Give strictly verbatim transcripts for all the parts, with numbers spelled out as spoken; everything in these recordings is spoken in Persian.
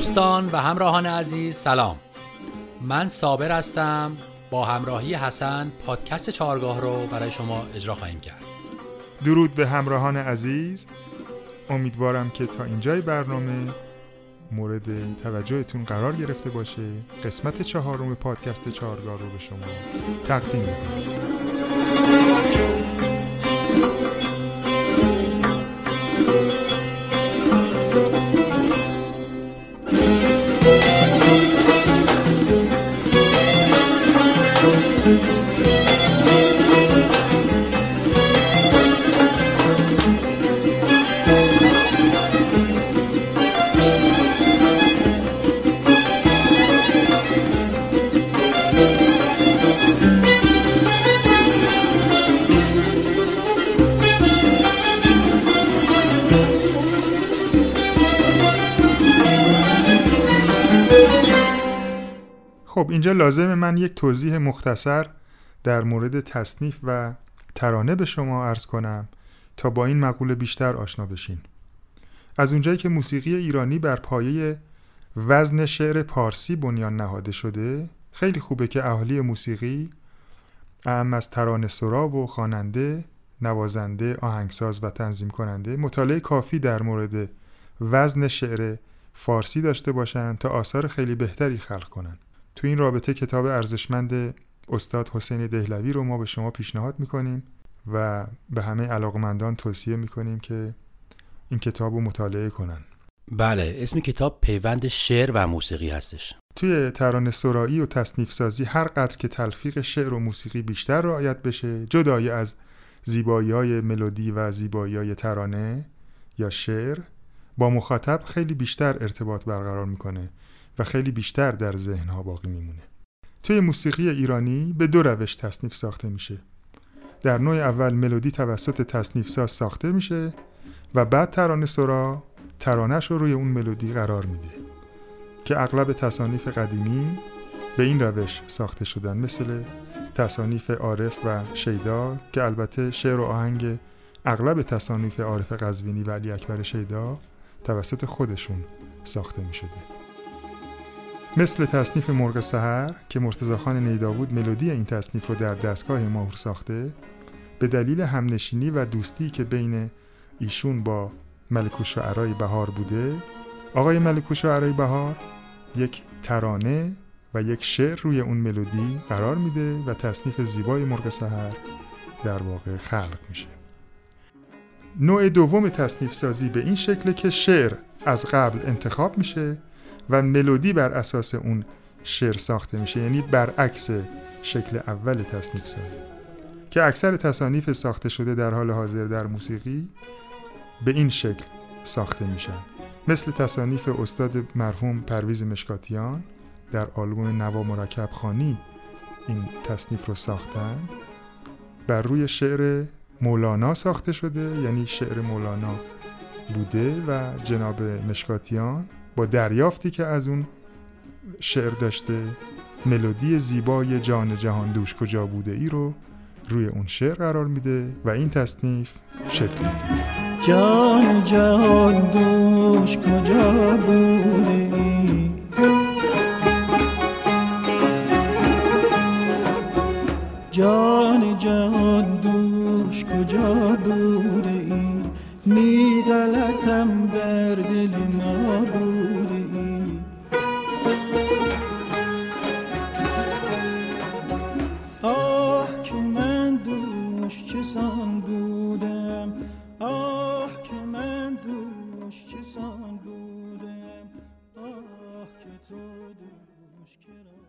دوستان و همراهان عزیز سلام. من صابر هستم. با همراهی حسن پادکست چهارگاه رو برای شما اجرا خواهیم کرد. درود به همراهان عزیز. امیدوارم که تا اینجای برنامه مورد توجهتون قرار گرفته باشه. قسمت چهارم پادکست چهارگاه رو به شما تقدیم می‌کنم. خب اینجا لازمه من یک توضیح مختصر در مورد تصنیف و ترانه به شما عرض کنم تا با این مقوله بیشتر آشنا بشین. از اونجایی که موسیقی ایرانی بر پایه وزن شعر پارسی بنیان نهاده شده، خیلی خوبه که اهالی موسیقی اعم از ترانه سرا و خواننده، نوازنده، آهنگساز و تنظیم کننده مطالعه کافی در مورد وزن شعر فارسی داشته باشن تا آثار خیلی بهتری خلق کنن. تو این رابطه کتاب ارزشمند استاد حسین دهلوی رو ما به شما پیشنهاد میکنیم و به همه علاقمندان توصیه میکنیم که این کتاب رو مطالعه کنن. بله، اسم کتاب پیوند شعر و موسیقی هستش. توی ترانه سرایی و تصنیف سازی هر قدر که تلفیق شعر و موسیقی بیشتر رعایت بشه، جدای از زیبایی‌های ملودی و زیبایی‌های ترانه یا شعر، با مخاطب خیلی بیشتر ارتباط برقرار میکنه و خیلی بیشتر در ذهنها باقی میمونه. توی موسیقی ایرانی به دو روش تصنیف ساخته میشه. در نوع اول ملودی توسط تصنیف ساز ساخته میشه و بعد ترانه سرا ترانه‌ش رو روی اون ملودی قرار میده که اغلب تصانیف قدیمی به این روش ساخته شدن، مثل تصانیف عارف و شیدا که البته شعر و آهنگ اغلب تصانیف عارف قزوینی و علی اکبر شیدا توسط خودشون ساخته میشده. مثل تصنیف مرغ سحر که مرتضی‌خان نیداود ملودی این تصنیف رو در دستگاه ماهور ساخته، به دلیل همنشینی و دوستی که بین ایشون با ملک الشعرای بهار بوده، آقای ملک الشعرای بهار یک ترانه و یک شعر روی اون ملودی قرار میده و تصنیف زیبای مرغ سحر در واقع خلق میشه. نوع دوم تصنیف سازی به این شکله که شعر از قبل انتخاب میشه و ملودی بر اساس اون شعر ساخته میشه، یعنی برعکس شکل اول تصنیف سازی که اکثر تصانیف ساخته شده در حال حاضر در موسیقی به این شکل ساخته میشن. مثل تصانیف استاد مرحوم پرویز مشکاتیان در آلبوم نوا مرکب خوانی این تصنیف رو ساختند. بر روی شعر مولانا ساخته شده، یعنی شعر مولانا بوده و جناب مشکاتیان با دریافتی که از اون شعر داشته ملودی زیبای جان جهان دوش کجا بوده ای رو روی اون شعر قرار میده و این تصنیف شکل میگیره. جان جهان دوش کجا بوده ای، جان جهان دوش کجا بوده ای، می غلطم در دل ما بوده ای. آه که من دوش چسان بودم، آه که من دوش چسان بودم، آه که تو دوش کرا.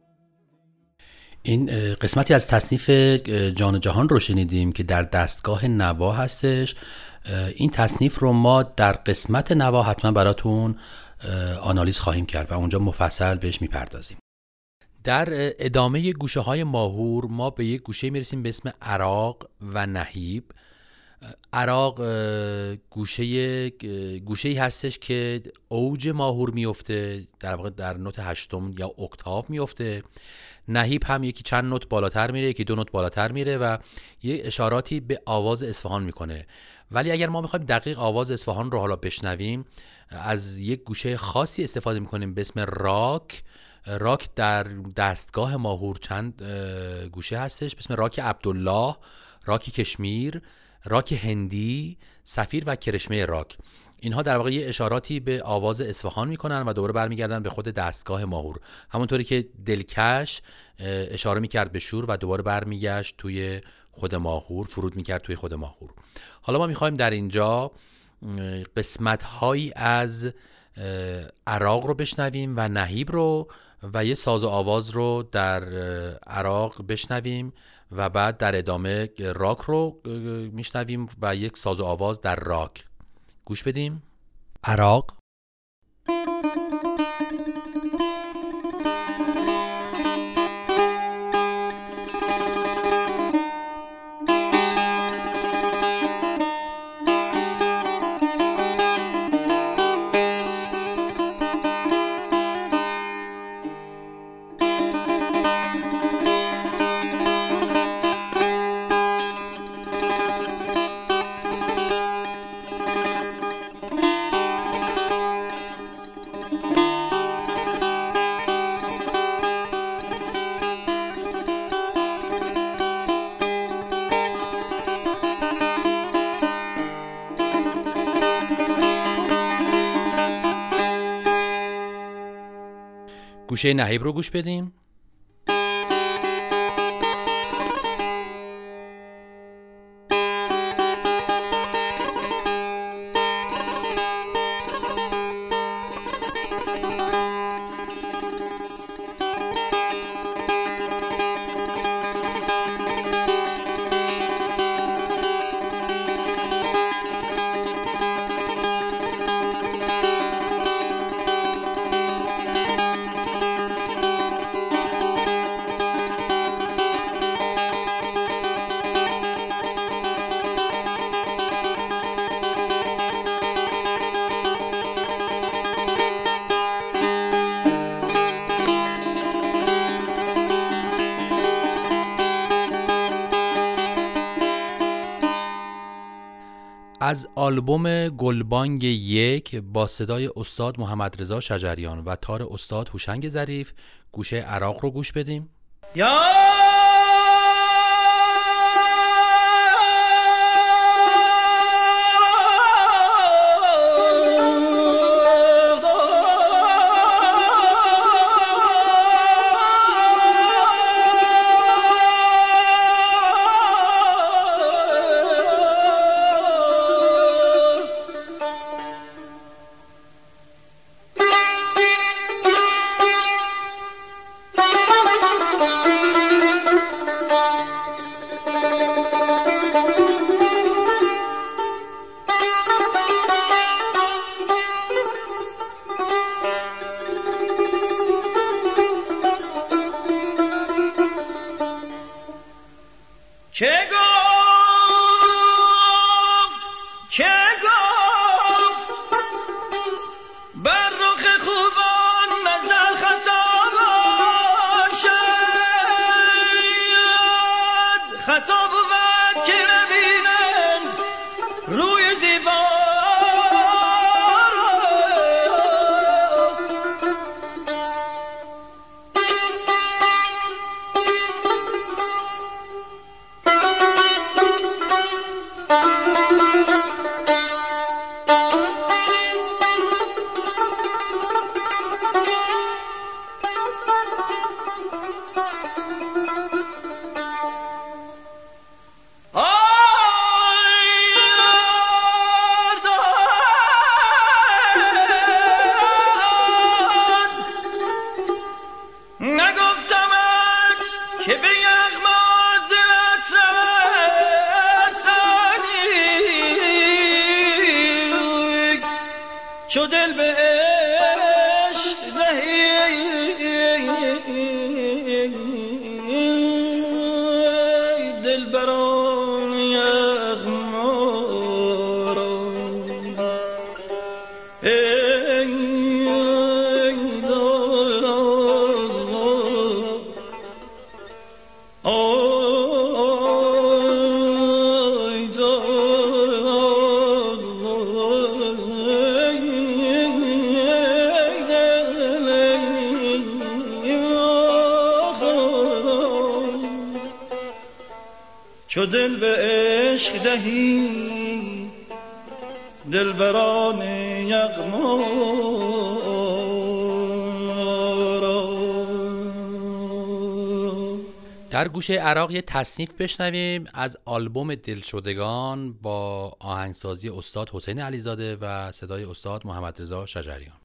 این قسمتی از تصنیف جان جهان رو شنیدیم که در دستگاه نوا هستش. این تصنیف رو ما در قسمت نوا حتما براتون آنالیز خواهیم کرد و اونجا مفصل بهش میپردازیم. در ادامه گوشه های ماهور ما به یک گوشه میرسیم به اسم عراق و نهیب. عراق گوشه گوشه‌ای هستش که اوج ماهور میفته، در واقع در نوت هشتم یا اکتاو میفته. نهیب هم یکی چند نوت بالاتر میره، یکی دو نوت بالاتر میره و یه اشاراتی به آواز اصفهان میکنه. ولی اگر ما میخوایم دقیق آواز اصفهان رو حالا بشنویم، از یک گوشه خاصی استفاده میکنیم به اسم راک. راک در دستگاه ماهور چند گوشه هستش به اسم راک عبدالله، راک کشمیر، راک هندی، سفیر و کرشمه راک. اینها در واقع یه اشاراتی به آواز اصفهان میکنن و دوباره برمیگردن به خود دستگاه ماهور، همونطوری که دلکش اشاره میکرد به شور و دوباره برمیگشت توی خود ماهور، فرود میکرد توی خود ماهور. حالا ما میخوایم در اینجا قسمت هایی از عراق رو بشنویم و نهیب رو و یه ساز و آواز رو در عراق بشنویم و بعد در ادامه راک رو میشنویم و یک ساز و آواز در راک. گوش بدیم. عراق. گوشه نهیب رو گوش بدیم. از آلبوم گلبانگ یک با صدای استاد محمد رضا شجریان و تار استاد هوشنگ ظریف گوشه عراق رو گوش بدیم. یا چو دل به عشق دهی دلبران یغمارا. در گوشه عراق یه تصنیف بشنویم از آلبوم دلشدگان با آهنگسازی استاد حسین علیزاده و صدای استاد محمد رضا شجریان.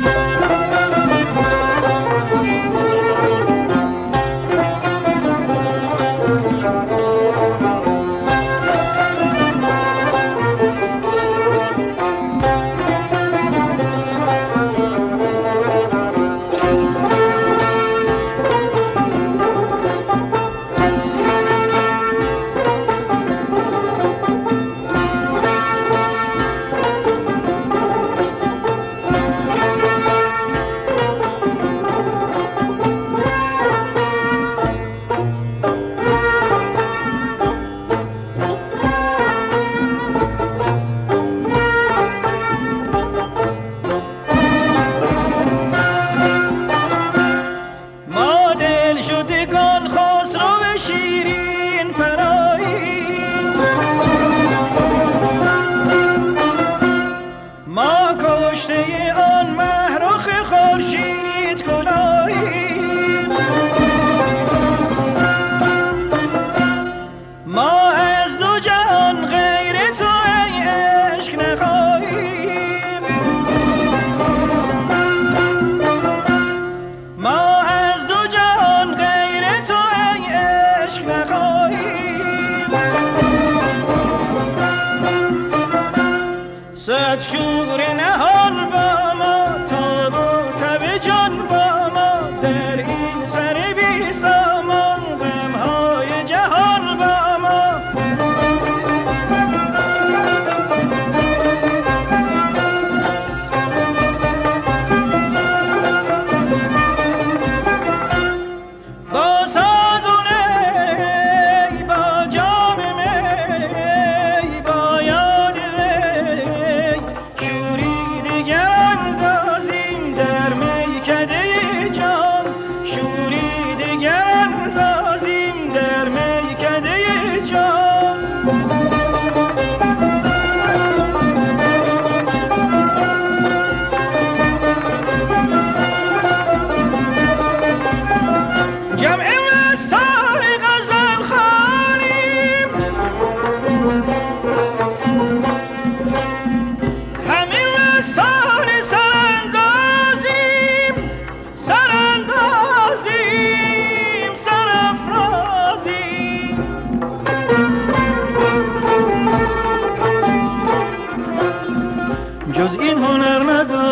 جز این هنر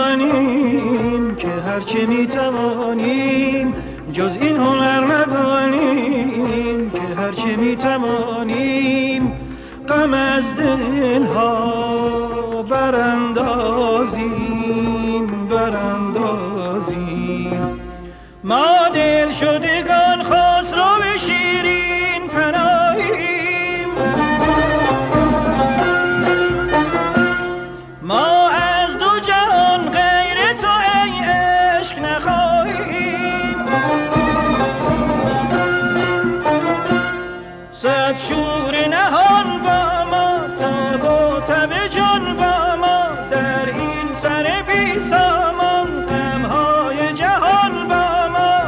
ندانیم که هرچه میتوانیم، جز این هنر ندانیم که هرچه میتوانیم، غم از دلها براندازیم براندازیم. ما دل شدگان خسرو به شیرین پناهیم، ما از دو جهان غیر تو ای عشق نخواهیم. صد شور نهان با ما، تاب و تب جان با ما، در این سر بی سامان غمهای جهان با ما.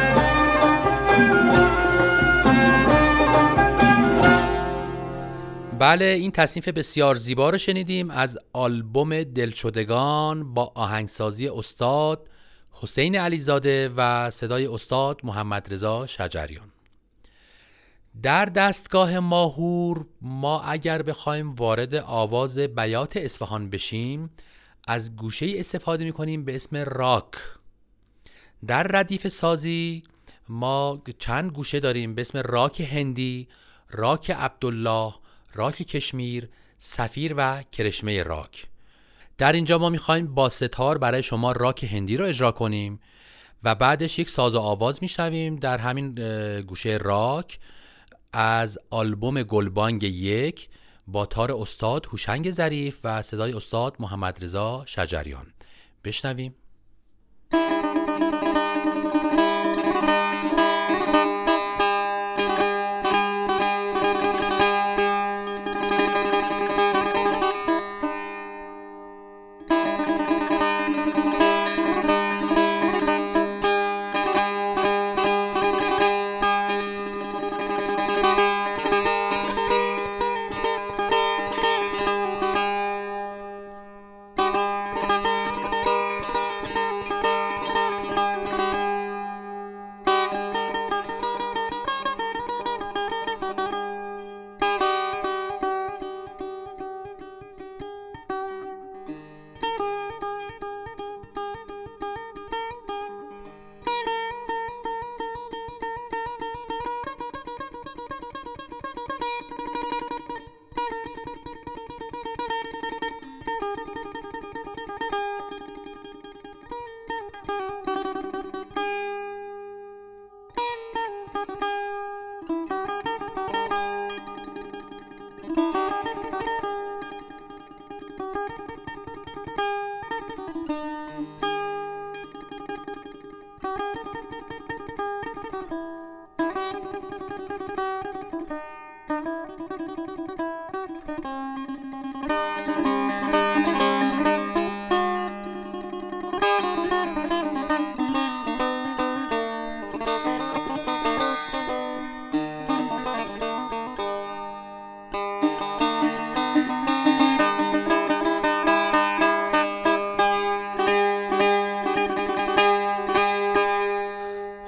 بله، این تصنیف بسیار زیبا رو شنیدیم از آلبوم دلشدگان با آهنگسازی استاد حسین علیزاده و صدای استاد محمد رضا شجریان. در دستگاه ماهور ما اگر بخوایم وارد آواز بیات اصفهان بشیم، از گوشه استفاده می‌کنیم به اسم راک. در ردیف سازی ما چند گوشه داریم به اسم راک هندی، راک عبدالله، راک کشمیر، سفیر و کرشمه راک. در اینجا ما میخوایم با ستار برای شما راک هندی رو اجرا کنیم و بعدش یک ساز و آواز میشنویم در همین گوشه راک از آلبوم گلبانگ یک با تار استاد هوشنگ ظریف و صدای استاد محمد رضا شجریان. بشنویم.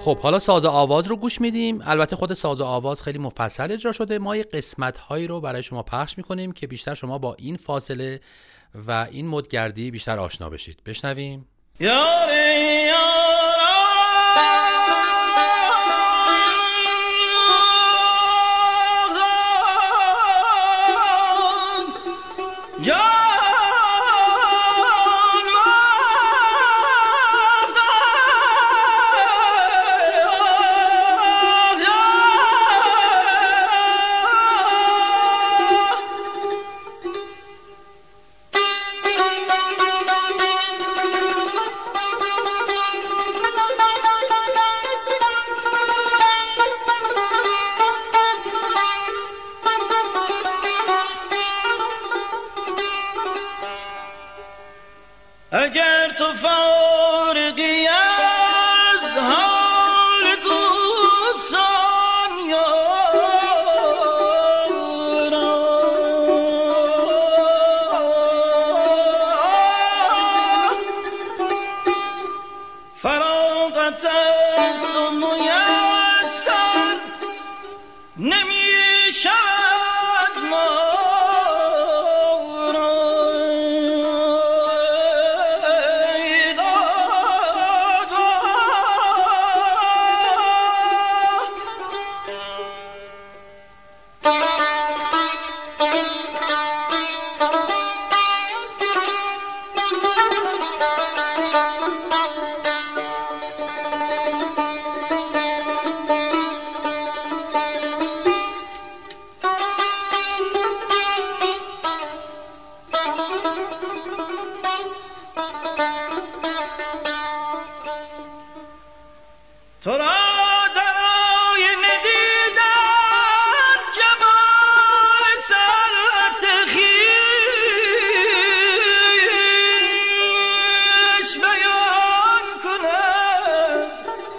خب حالا ساز آواز رو گوش میدیم. البته خود ساز آواز خیلی مفصل اجرا شده، ما یه قسمت هایی رو برای شما پخش میکنیم که بیشتر شما با این فاصله و این مدگردی بیشتر آشنا بشید. بشنویم. یاری اگر تو فارغی از حال دوستان یاران، فراغت از تو میسر نمی شود ما. تو را در آینه دیدم جمال طلعت خویش بیان کند،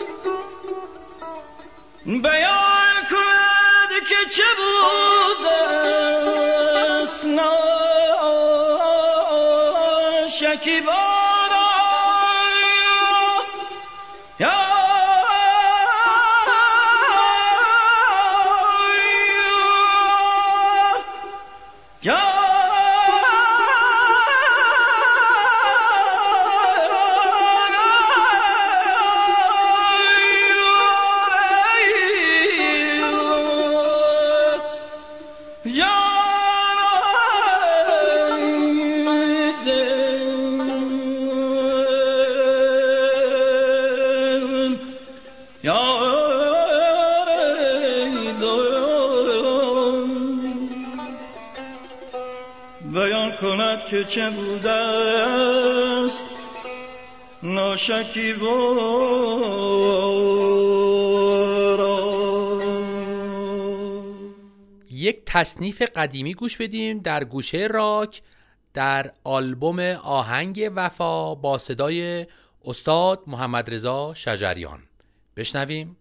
بیان کند که چه بودست ناشکیباران. یا بیان کند که چه بوده است ناشکیباران. یک تصنیف قدیمی گوش بدیم در گوشه راک در آلبوم آهنگ وفا با صدای استاد محمد رضا شجریان. بشنویم.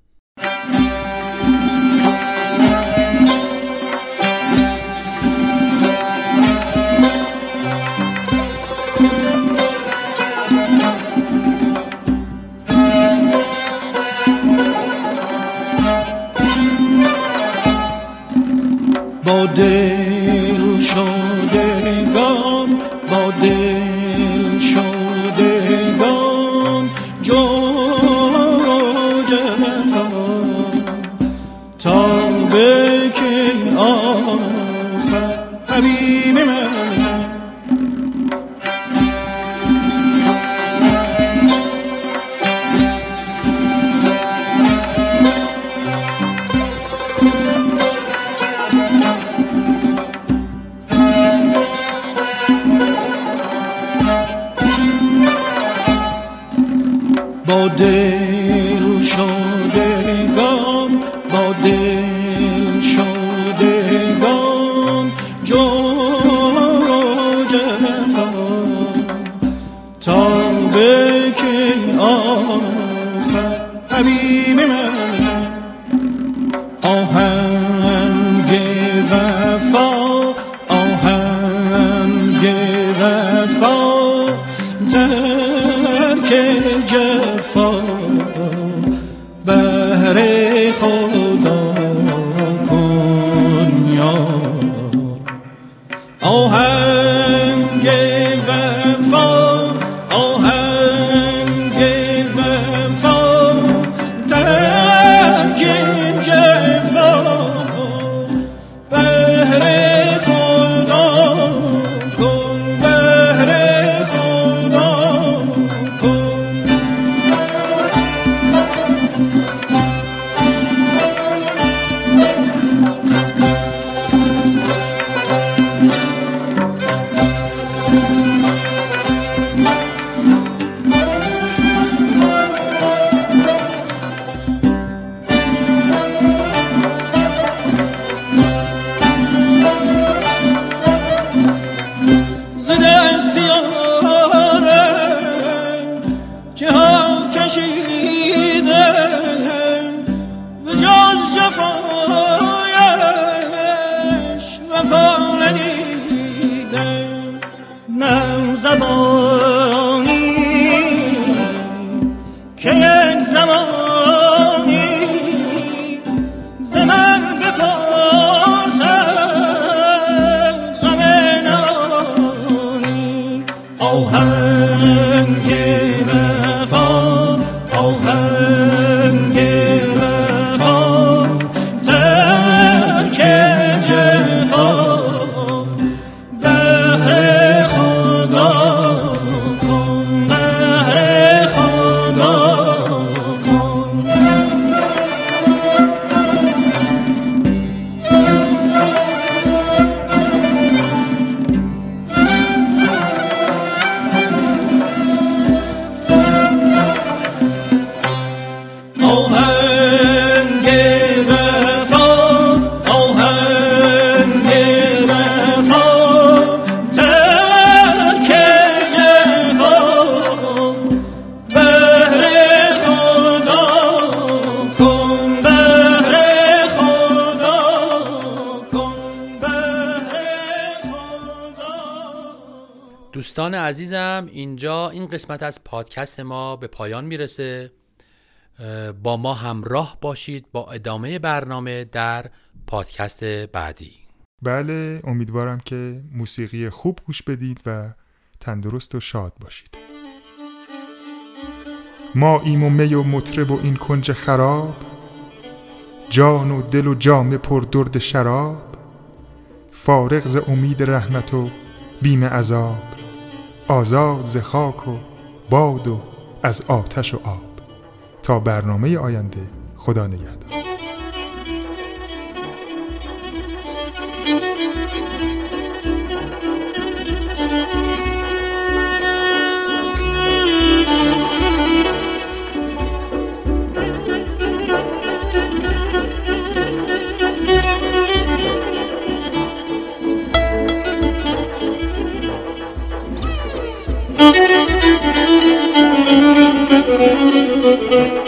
با دل شدگان، با دل شدگان جو جفا تا به که آخر حبیب من. با دل شدگان، با دل شدگان جو جفا تا به که آخر حبیب من. آهنگ وفا، آهنگ وفا، ترک جفا بهر خدا کن یار. آهنگ وفا آهنگ وفا ترک جفا بهر خدا کن بهر خدا کن. جهان کشیدم به جز جفایش وفا ندیدم. نم زبانی که یک زمانی ز من بپرسد غم نهانی. آهنگ وفا آهنگ وفا ترک جفا بهر خدا کن بهر خدا کن. آهنگ وفا آهنگ وفا ترک جفا بهر خدا کن بهر خدا کن بهر خدا. دوستان عزیزم، اینجا این قسمت از پادکست ما به پایان میرسه. با ما همراه باشید با ادامه برنامه در پادکست بعدی. بله، امیدوارم که موسیقی خوب گوش بدید و تندرست و شاد باشید. ما ایم و می و مطرب و این کنج خراب، جان و دل و جام پر درد شراب، فارغ ز امید رحمت و بیم عذاب، آزاد ز خاک و باد و از آتش و آب. تا برنامه آینده، خدا نگهدار. Thank you.